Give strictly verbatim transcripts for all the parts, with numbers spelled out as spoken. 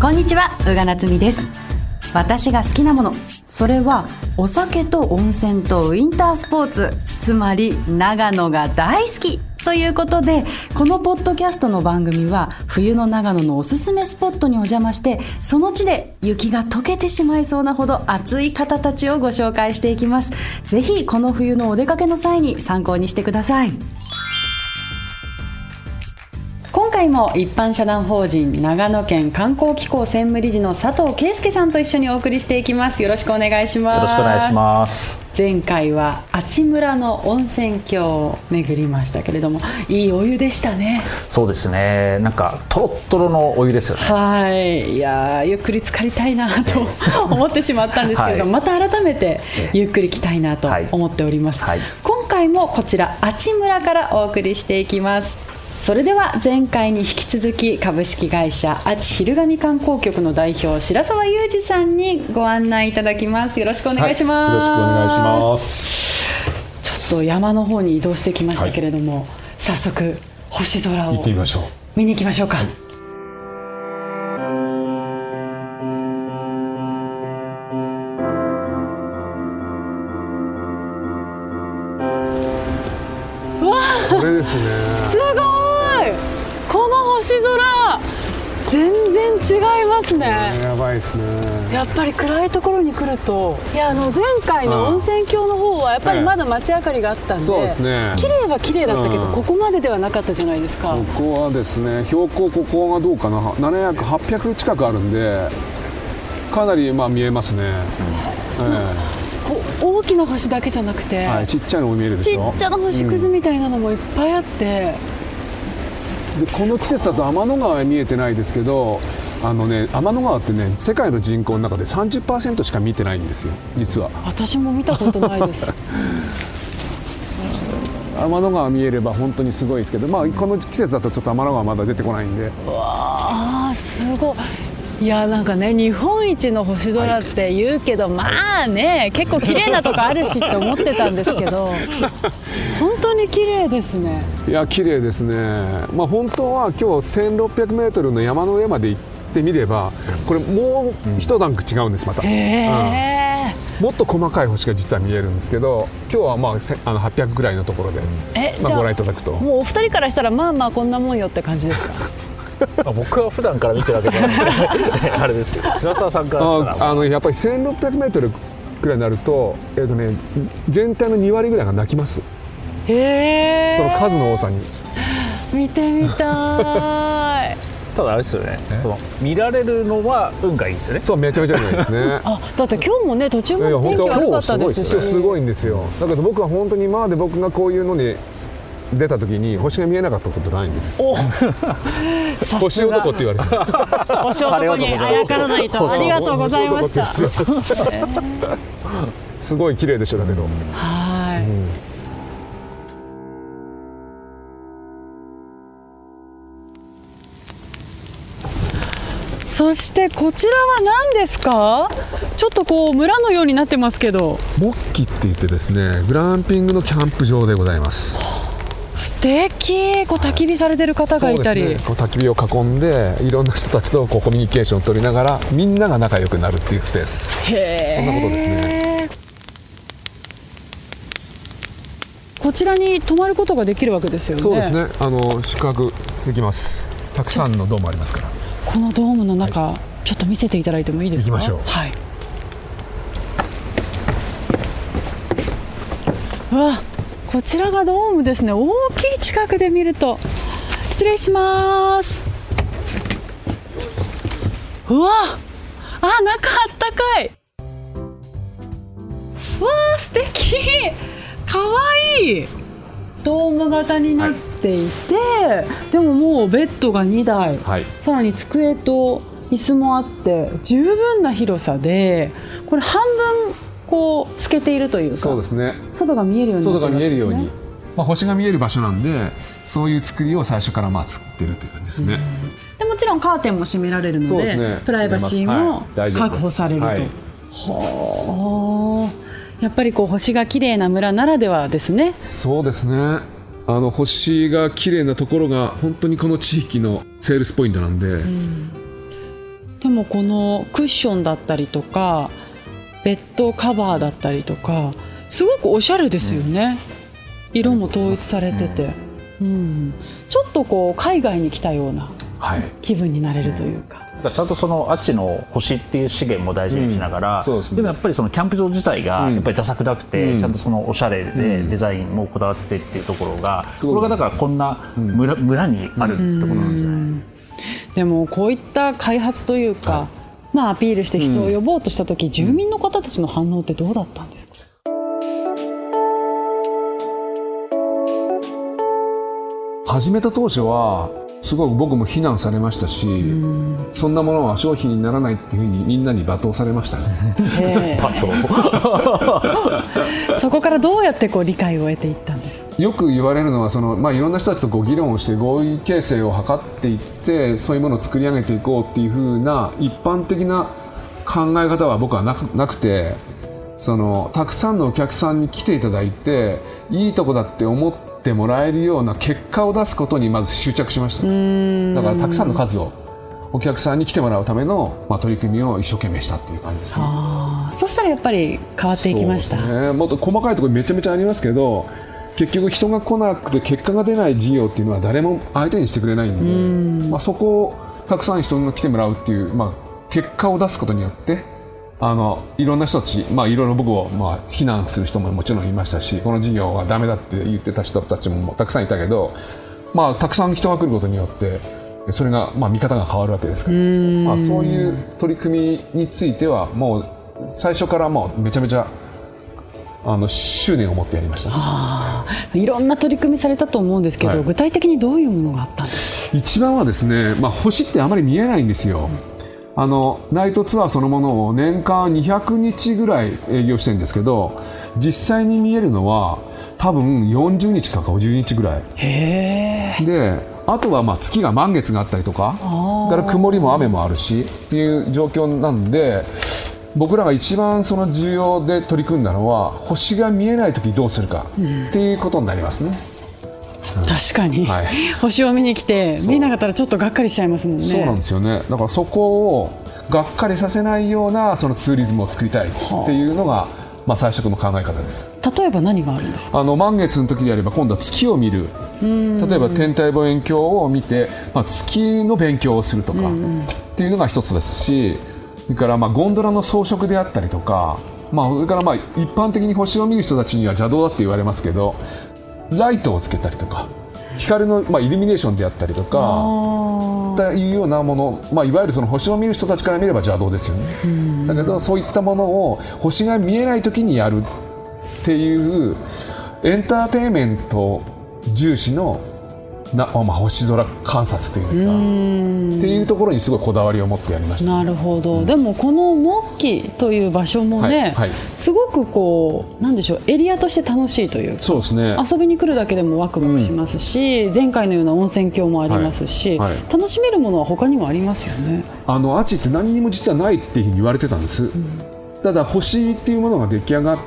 こんにちは、宇賀なつみです。私が好きなもの、それはお酒と温泉とウィンタースポーツ、つまり長野が大好きということで、このポッドキャストの番組は冬の長野のおすすめスポットにお邪魔して、その地で雪が溶けてしまいそうなほど熱い方たちをご紹介していきます。ぜひこの冬のお出かけの際に参考にしてください。今回も一般社団法人長野県観光機構専務理事の佐藤圭介さんと一緒にお送りしていきます。よろしくお願いします。 よろしくお願いします。 前回は阿智村の温泉郷を巡りましたけれども、いいお湯でしたね。 そうですね、なんかトロットロのお湯ですよね。 はい、いやゆっくり浸かりたいなと思ってしまったんですけれども、はい、また改めてゆっくり来たいなと思っております、はいはい、今回もこちら阿智村からお送りしていきます。それでは前回に引き続き株式会社阿智昼神観光局の代表白澤裕二さんにご案内いただきます。よろしくお願いします、 はい、よろしくお願いします。 ちょっと山の方に移動してきましたけれども、はい、早速星空を行ってみましょう。 見に行きましょうか。はい、 これですね。 すごい、この星空全然違いますね。 やばいですね。 やっぱり暗いところに来ると、いやあの前回の温泉郷の方はやっぱりまだ街明かりがあったんで、 そうですね、 綺麗は綺麗だったけど、 うん、 ここまでではなかったじゃないですか。 ここはですね、標高ここがどうかな、ななひゃく、はっぴゃく近くあるんで、かなりまあ見えますね、うん、えー、大きな星だけじゃなくて、 はい、ちっちゃいのも見えるでしょ。 ちっちゃな星屑みたいなのもいっぱいあって、 うん、でこの季節だと天の川は見えてないですけど、あのね、天の川ってね、世界の人口の中で さんじゅっパーセント しか見てないんですよ、実は。 私も見たことないです天の川見えれば本当にすごいですけど、まあ、この季節だとちょっと天の川まだ出てこないんで。 うわー、すごい。いやなんかね、日本一の星空って言うけど、はい、まあね、結構綺麗なとこあるしって思ってたんですけど本当に綺麗ですね。 いや綺麗ですね。まあ、本当は今日せんろっぴゃくメートルの山の上まで行ってみれば、これもう一段階違うんです。また、 へー、 うん、もっと細かい星が実は見えるんですけど、今日はまああのはっぴゃくぐらいのところで、 え、 まあ、ご覧いただくと、 もうお二人からしたらまあまあこんなもんよって感じですか僕は普段から見てるわけじゃないあれですけど、白澤さんからしたら、 ああのやっぱりせんろっぴゃくメートルぐらいになると、えーとね、全体のに割ぐらいが泣きます。 へー、 その数の多さに。 見てみたいただあれですよね、その見られるのは運がいいですよね。 そう、めちゃめちゃいいですねあ、だって今日もね、途中まで天気悪かったですし、 すごい、すごいんですよ。だけど僕は本当に今まで僕がこういうのに出た時に星が見えなかったことないんです。お星男って言われて星男にあやからないと。ありがとうございましたすごい綺麗でしょ。だけど、 はい、うん、そしてこちらは何ですか。ちょっとこう村のようになってますけど、 モッキって言ってですね、グランピングのキャンプ場でございます。 素敵。こう焚き火されてる方がいたり、 ね、こう焚き火を囲んでいろんな人たちとこうコミュニケーションを取りながらみんなが仲良くなるっていうスペース。 へー、 そんなことですね。 こちらに泊まることができるわけですよね。 そうですね、あの宿泊できます。たくさんのドームありますから。 このドームの中、はい、ちょっと見せていただいてもいいですか。 行きましょう。 はい。うわ、こちらがドームですね。大きい。近くで見ると。失礼します。うわ、あ、中あったかい。わあ、素敵。かわいい。ドーム型になっていて、はい、でももうベッドがにだい、はい、さらに机と椅子もあって十分な広さで、これ半分こう透けているというか、 そうですね、 外が見えるようになってるわけですね。 外が見えるように、まあ、星が見える場所なんで、そういう作りを最初からまあ作ってるという感じですね。 でもちろんカーテンも閉められるの で, で、ね、プライバシーも確保されると、はい、はあ、やっぱりこう星が綺麗な村ならではですね。 そうですね、あの星が綺麗なところが本当にこの地域のセールスポイントなんで、うん、 でもこのクッションだったりとかベッドカバーだったりとかすごくおしゃれですよね、うん、色も統一されてて、うんうん、ちょっとこう海外に来たような気分になれるというか、はいちゃんとそのアチの星っていう資源も大事にしながら、うん で, ね、でもやっぱりそのキャンプ場自体がやっぱりダサくなくて、うん、ちゃんとそのおしゃれでデザインもこだわってっていうところが、うん、これがだからこんな 村,、うん、村にあるところなんですよね、うん、 でもこういった開発というか、はいまあ、アピールして人を呼ぼうとした時、うん、住民の方たちの反応ってどうだったんですか？ 始めた当初はすごく僕も非難されましたし、うんそんなものは商品にならないっていうふうにみんなに罵倒されましたねそこからどうやってこう理解を得ていったんですか？ よく言われるのはその、まあ、いろんな人たちとご議論をして合意形成を図っていってそういうものを作り上げていこうっていうふうな一般的な考え方は僕はなく、なくてそのたくさんのお客さんに来ていただいていいとこだって思っててもらえるような結果を出すことにまず執着しました。だからたくさんの数をお客さんに来てもらうための、まあ、取り組みを一生懸命したっていう感じですね。 あそしたらやっぱり変わっていきました。 そうですね、もっと細かいところめちゃめちゃありますけど結局人が来なくて結果が出ない事業っていうのは誰も相手にしてくれないんで、んまあ、そこをたくさん人が来てもらうっていう、まあ、結果を出すことによってあのいろんな人たち、まあ、いろいろ僕を、まあ、非難する人ももちろんいましたしこの事業はダメだって言ってた人たちもたくさんいたけど、まあ、たくさん人が来ることによってそれが、まあ、見方が変わるわけですから、まあ、そういう取り組みについてはもう最初からもうめちゃめちゃあの執念を持ってやりました、ね、 はあ、いろんな取り組みされたと思うんですけど、はい、具体的にどういうものがあったんですか？ 一番はですね、まあ、星ってあまり見えないんですよ、うんあのナイトツアーそのものを年間にひゃくにちぐらい営業してるんですけど実際に見えるのは多分よんじゅうにちかごじゅうにちぐらいへーであとはまあ月が満月があったりとかから曇りも雨もあるしっていう状況なんで僕らが一番その重要で取り組んだのは星が見えないときどうするかっていうことになりますね、 うん、確かに、はい、星を見に来て見なかったらちょっとがっかりしちゃいますもんね。 そうなんですよね。だからそこをがっかりさせないようなそのツーリズムを作りたいっていうのが、はあまあ、最初の考え方です。 例えば何があるんですか？ あの満月の時であれば今度は月を見る例えば天体望遠鏡を見て、まあ、月の勉強をするとかっていうのが一つですしそれからまあゴンドラの装飾であったりとか、まあ、それからまあ一般的に星を見る人たちには邪道だって言われますけどライトをつけたりとか光のまあイルミネーションであったりとかというようなもの、まあ、いわゆるその星を見る人たちから見れば邪道ですよね。だけどそういったものを星が見えない時にやるっていうエンターテインメント重視のな、まあ、星空観察というんですかうんっていうところにすごいこだわりを持ってやりました。 なるほど、うん、でもこのモッキという場所もね、はいはい、すごくこうなんでしょうエリアとして楽しいというかそうですね、 遊びに来るだけでもワクワクしますし、うん、前回のような温泉郷もありますし、はいはい、楽しめるものは他にもありますよね。 あのアチって何にも実はないっていうふうに言われてたんです、うん、ただ星っていうものが出来上がって、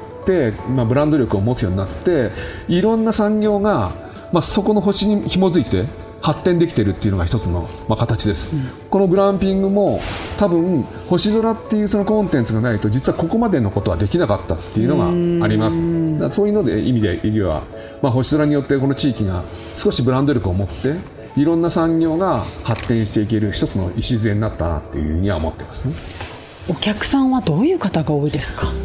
まあ、ブランド力を持つようになっていろんな産業がまあ、そこの星に紐づいて発展できているっていうのが一つの、まあ、形です、うん、このグランピングも多分星空っていうそのコンテンツがないと実はここまでのことはできなかったっていうのがあります。だからそういうので意味で言えば、まあ、星空によってこの地域が少しブランド力を持っていろんな産業が発展していける一つの礎になったなっていうふうには思ってますね。 お客さんはどういう方が多いですか？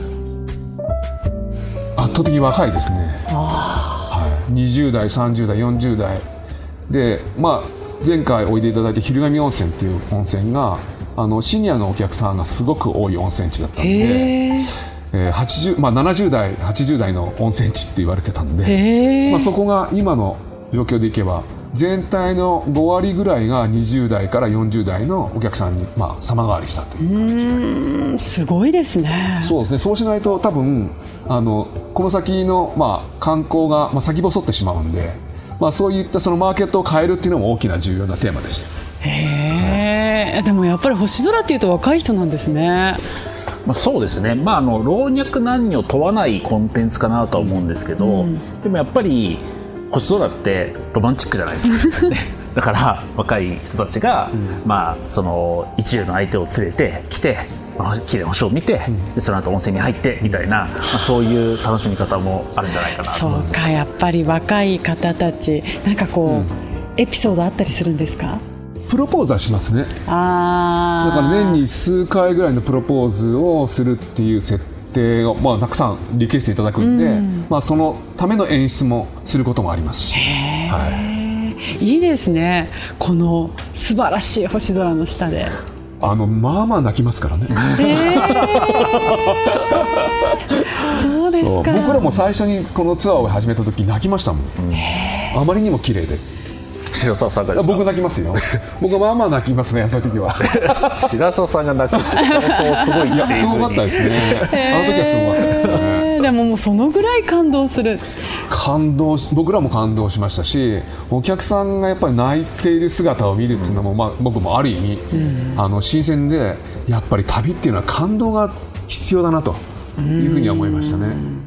圧倒的に若いですね。 あにじゅうだい、さんじゅうだい、よんじゅうだいで、まあ、前回おいでいただいた昼神温泉っていう温泉があのシニアのお客さんがすごく多い温泉地だったんで、えーはちじゅうまあ、ななじゅうだい、はちじゅうだいの温泉地って言われてたんで、まあ、そこが今の状況でいけば全体のごわりぐらいがにじゅうだいからよんじゅうだいのお客さんに、まあ、様変わりしたという感じになります。 すごいですね。 そうですね。そうしないと多分あのこの先の、まあ、観光が、まあ、先細ってしまうんで、まあ、そういったそのマーケットを変えるっていうのも大きな重要なテーマでした。 へー、でもやっぱり星空っていうと若い人なんですね。 まあ、そうですね、まあ、あの老若男女問わないコンテンツかなとは思うんですけど、うん、でもやっぱり星空ってロマンチックじゃないですかだから若い人たちが、うんまあ、その一流の相手を連れてきて綺麗な星を見て、うん、でその後温泉に入ってみたいな、まあ、そういう楽しみ方もあるんじゃないかなと思います。 そうか、やっぱり若い方たちなんかこう、うん、エピソードあったりするんですか？ プロポーズはしますね。あだから年に数回ぐらいのプロポーズをするっていう設定を、まあ、たくさんリクエストいただくんで、うんまあ、そのための演出もすることもありますし、はい、 いいですね。この素晴らしい星空の下であのまあまあ泣きますからね。 そうですか。そう僕らも最初にこのツアーを始めた時泣きましたもん、うん、あまりにも綺麗で。 白澤さんがですか？ 僕泣きますよ。僕はまあまあ泣きますね、そういう時は。 白澤さんが泣くって相当すごい。いや、 すごかったですね。あの時はすごかったですね。 でももうそのぐらい感動する。 感動し、僕らも感動しましたし、お客さんがやっぱり泣いている姿を見るっていうのも、うんまあ、僕もある意味、うん、あの新鮮で、やっぱり旅っていうのは感動が必要だなというふうには思いましたね。うん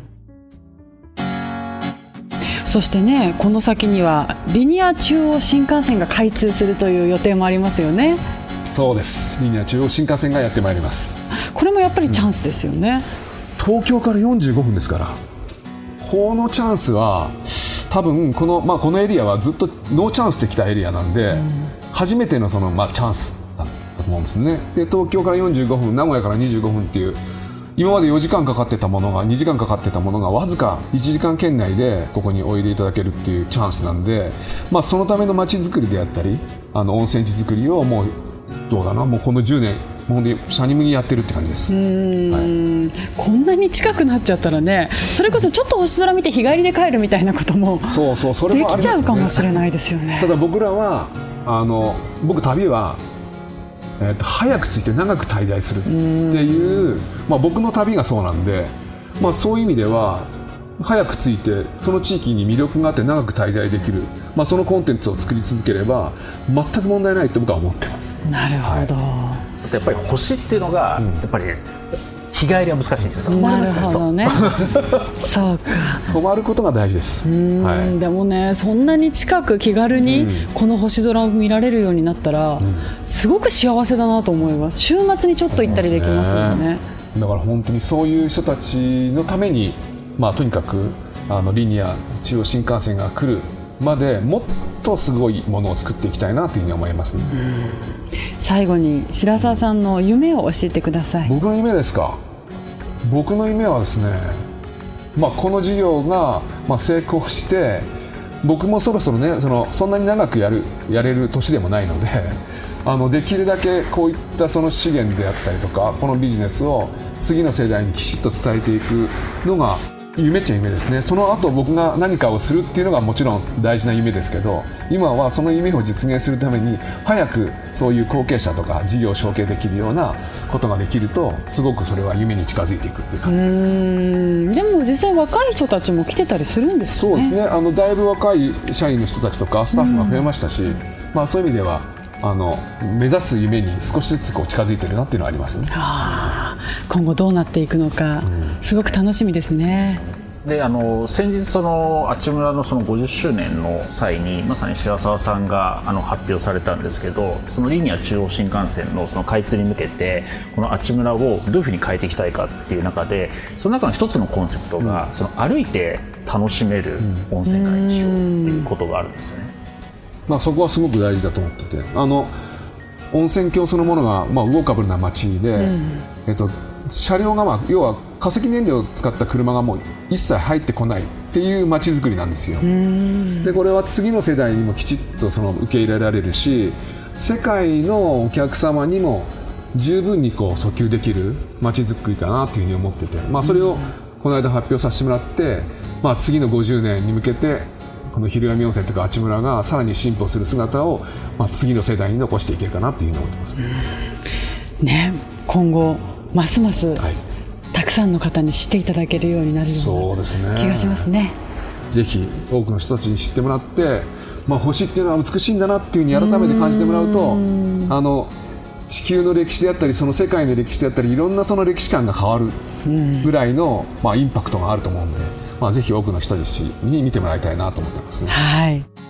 そしてね、この先にはリニア中央新幹線が開通するという予定もありますよね。 そうです。リニア中央新幹線がやってまいります。 これもやっぱりチャンスですよね、 うん、東京からよんじゅうごふんですから、このチャンスは多分この、まあ、このエリアはずっとノーチャンスで来たエリアなんで、うん、初めてのその、まあ、チャンスだと思うんですね。で東京からよんじゅうごふん、名古屋からにじゅうごふんっていう今までよじかんかかってたものがにじかんかかってたものがわずかいちじかん圏内でここにおいでいただけるっていうチャンスなんで、まあ、そのための街づくりであったりあの温泉地づくりをもうどうだなもうこのじゅうねんもう本当にシャニムにやってるって感じです。うーん、はい、こんなに近くなっちゃったらね、それこそちょっと星空見て日帰りで帰るみたいなこともそうそうそれもありますよね。 できちゃうかもしれないですよね。 ただ僕らはあの僕旅はえー、と早く着いて長く滞在するっていう、まあ、僕の旅がそうなんで、まあ、そういう意味では早く着いてその地域に魅力があって長く滞在できる、まあ、そのコンテンツを作り続ければ全く問題ないと僕は思ってます。 なるほど、 はい、やっぱり星っていうのが、うん、やっぱり日帰りは難しいんですよ。 なるほどね。そうか。 泊まることが大事です。 うん、はい、でもね、そんなに近く気軽にこの星空を見られるようになったら、うん、すごく幸せだなと思います。週末にちょっと行ったりできますよね。 だから本当にそういう人たちのために、まあ、とにかくあのリニア中央新幹線が来るまでもっとすごいものを作っていきたいなというふうに思いますね。うん、 最後に白澤さんの夢を教えてください。 僕の夢ですか。僕の夢はですね、まあ、この事業がまあ成功して僕もそろそろね そのそんなに長くやるやれる年でもないのであのできるだけこういったその資源であったりとかこのビジネスを次の世代にきちっと伝えていくのが夢っちゃ夢ですね。その後僕が何かをするっていうのがもちろん大事な夢ですけど、今はその夢を実現するために早くそういう後継者とか事業を承継できるようなことができるとすごくそれは夢に近づいていくっていう感じです。うーん、でも実際若い人たちも来てたりするんですね。 そうですね。あのだいぶ若い社員の人たちとかスタッフが増えましたし、まあ、そういう意味ではあの目指す夢に少しずつこう近づいてるなっていうのはありますね。 はあ、今後どうなっていくのか、うん、すごく楽しみですね。 であの先日その阿智村のそのごじゅっしゅうねんの際にまさに白澤さんがあの発表されたんですけど、そのリニア中央新幹線のその開通に向けてこの阿智村をどういうふうに変えていきたいかっていう中で、その中の一つのコンセプトが、うん、その歩いて楽しめる温泉街にしようっていうことがあるんですね。 うん、まあ、そこはすごく大事だと思ってて、あの温泉郷そのものが、まあ、ウォーカブルな街で、うん、えっと、車両が、まあ、要は化石燃料を使った車がもう一切入ってこないっていう街づくりなんですよ。でこれは次の世代にもきちっとその受け入れられるし、世界のお客様にも十分にこう訴求できる街づくりかなというふうに思ってて、まあ、それをこの間発表させてもらって、まあ、次のごじゅうねんに向けてこの昼闇温泉とか阿智村がさらに進歩する姿を、まあ、次の世代に残していけるかなというふうに思ってますね。ね、 今後ますます、はい、たくさんの方に知っていただけるようになるような気がしますね。 ぜひ多くの人たちに知ってもらって、まあ、星っていうのは美しいんだなっていうふうに改めて感じてもらうと、あの地球の歴史であったりその世界の歴史であったりいろんなその歴史観が変わるぐらいの、まあ、インパクトがあると思うので、まあ、ぜひ多くの人たちに見てもらいたいなと思ってますね。 はい、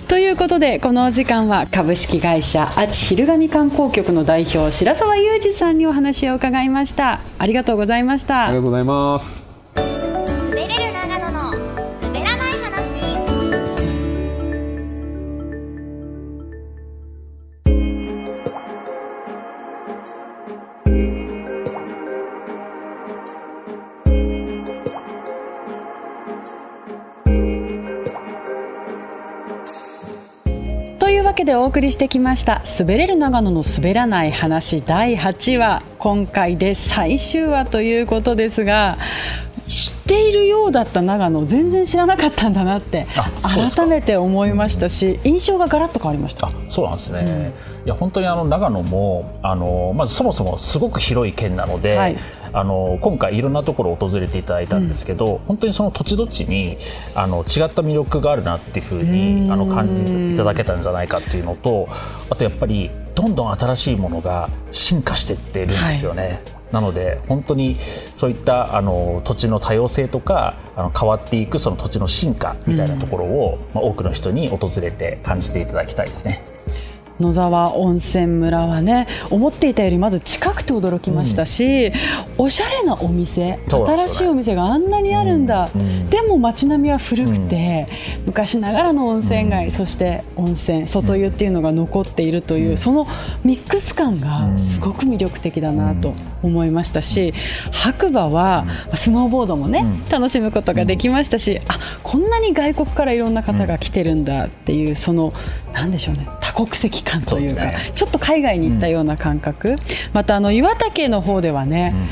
ということでこのお時間は株式会社あち昼神観光局の代表白澤裕二さんにお話を伺いました。ありがとうございました。 ありがとうございます。 滑れる長野の滑らない話。 というわけでお送りしてきました滑れる長野の滑らない話だいはちわ、今回で最終話ということですが、知っているようだった長野全然知らなかったんだなって改めて思いましたし、印象がガラッと変わりました。 あ、そうなんですね、うん、いや本当にあの長野もあのまずそもそもすごく広い県なので、はい、あの今回いろんなところを訪れていただいたんですけど、うん、本当にその土地土地にあの違った魅力があるなっていうふうにあの感じていただけたんじゃないかっていうのと、あとやっぱりどんどん新しいものが進化していってるんですよね、はい。なので本当にそういったあの土地の多様性とかあの変わっていくその土地の進化みたいなところを、うんまあ、多くの人に訪れて感じていただきたいですね。 野沢温泉村はね、思っていたよりまず近くて驚きましたし、うん、おしゃれなお店、ね、新しいお店があんなにあるんだ、うんうん、でも街並みは古くて、うん、昔ながらの温泉街、うん、そして温泉外湯っていうのが残っているという、うん、そのミックス感がすごく魅力的だなと思いましたし、うん、白馬はスノーボードもね、うん、楽しむことができましたし、あ、こんなに外国からいろんな方が来てるんだっていう、そのなんでしょうね、多国籍感というか、ね、ちょっと海外に行ったような感覚、うん、またあの岩岳の方ではね、うん、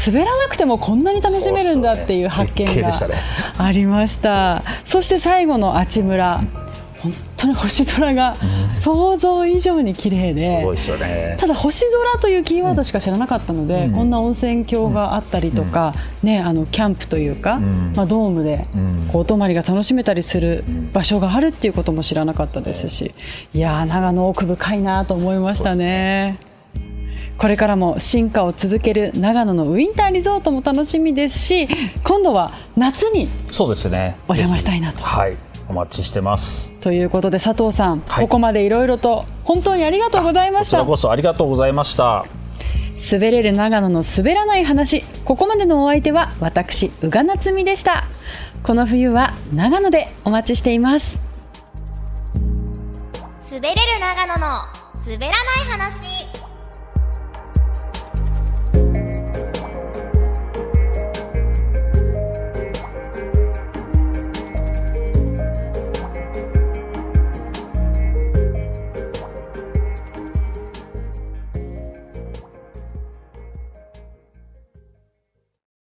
滑らなくてもこんなに楽しめるんだっていう発見がありました。そして最後の阿智村、本当に星空が想像以上に綺麗で、 すごいですよね。 ただ星空というキーワードしか知らなかったので、うん、こんな温泉郷があったりとか、うんね、あのキャンプというか、うんまあ、ドームでこうお泊まりが楽しめたりする場所があるっていうことも知らなかったですし、いやー、長野奥深いなと思いましたね。これからも進化を続ける長野のウィンターリゾートも楽しみですし、今度は夏にお邪魔したいなと。 はい、お待ちしてます。 ということで佐藤さん、はい、ここまでいろいろと本当にありがとうございました。 こちらこそありがとうございました。 滑れる長野の滑らない話、ここまでのお相手は私宇賀なつみでした。この冬は長野でお待ちしています。 滑れる長野の滑らない話。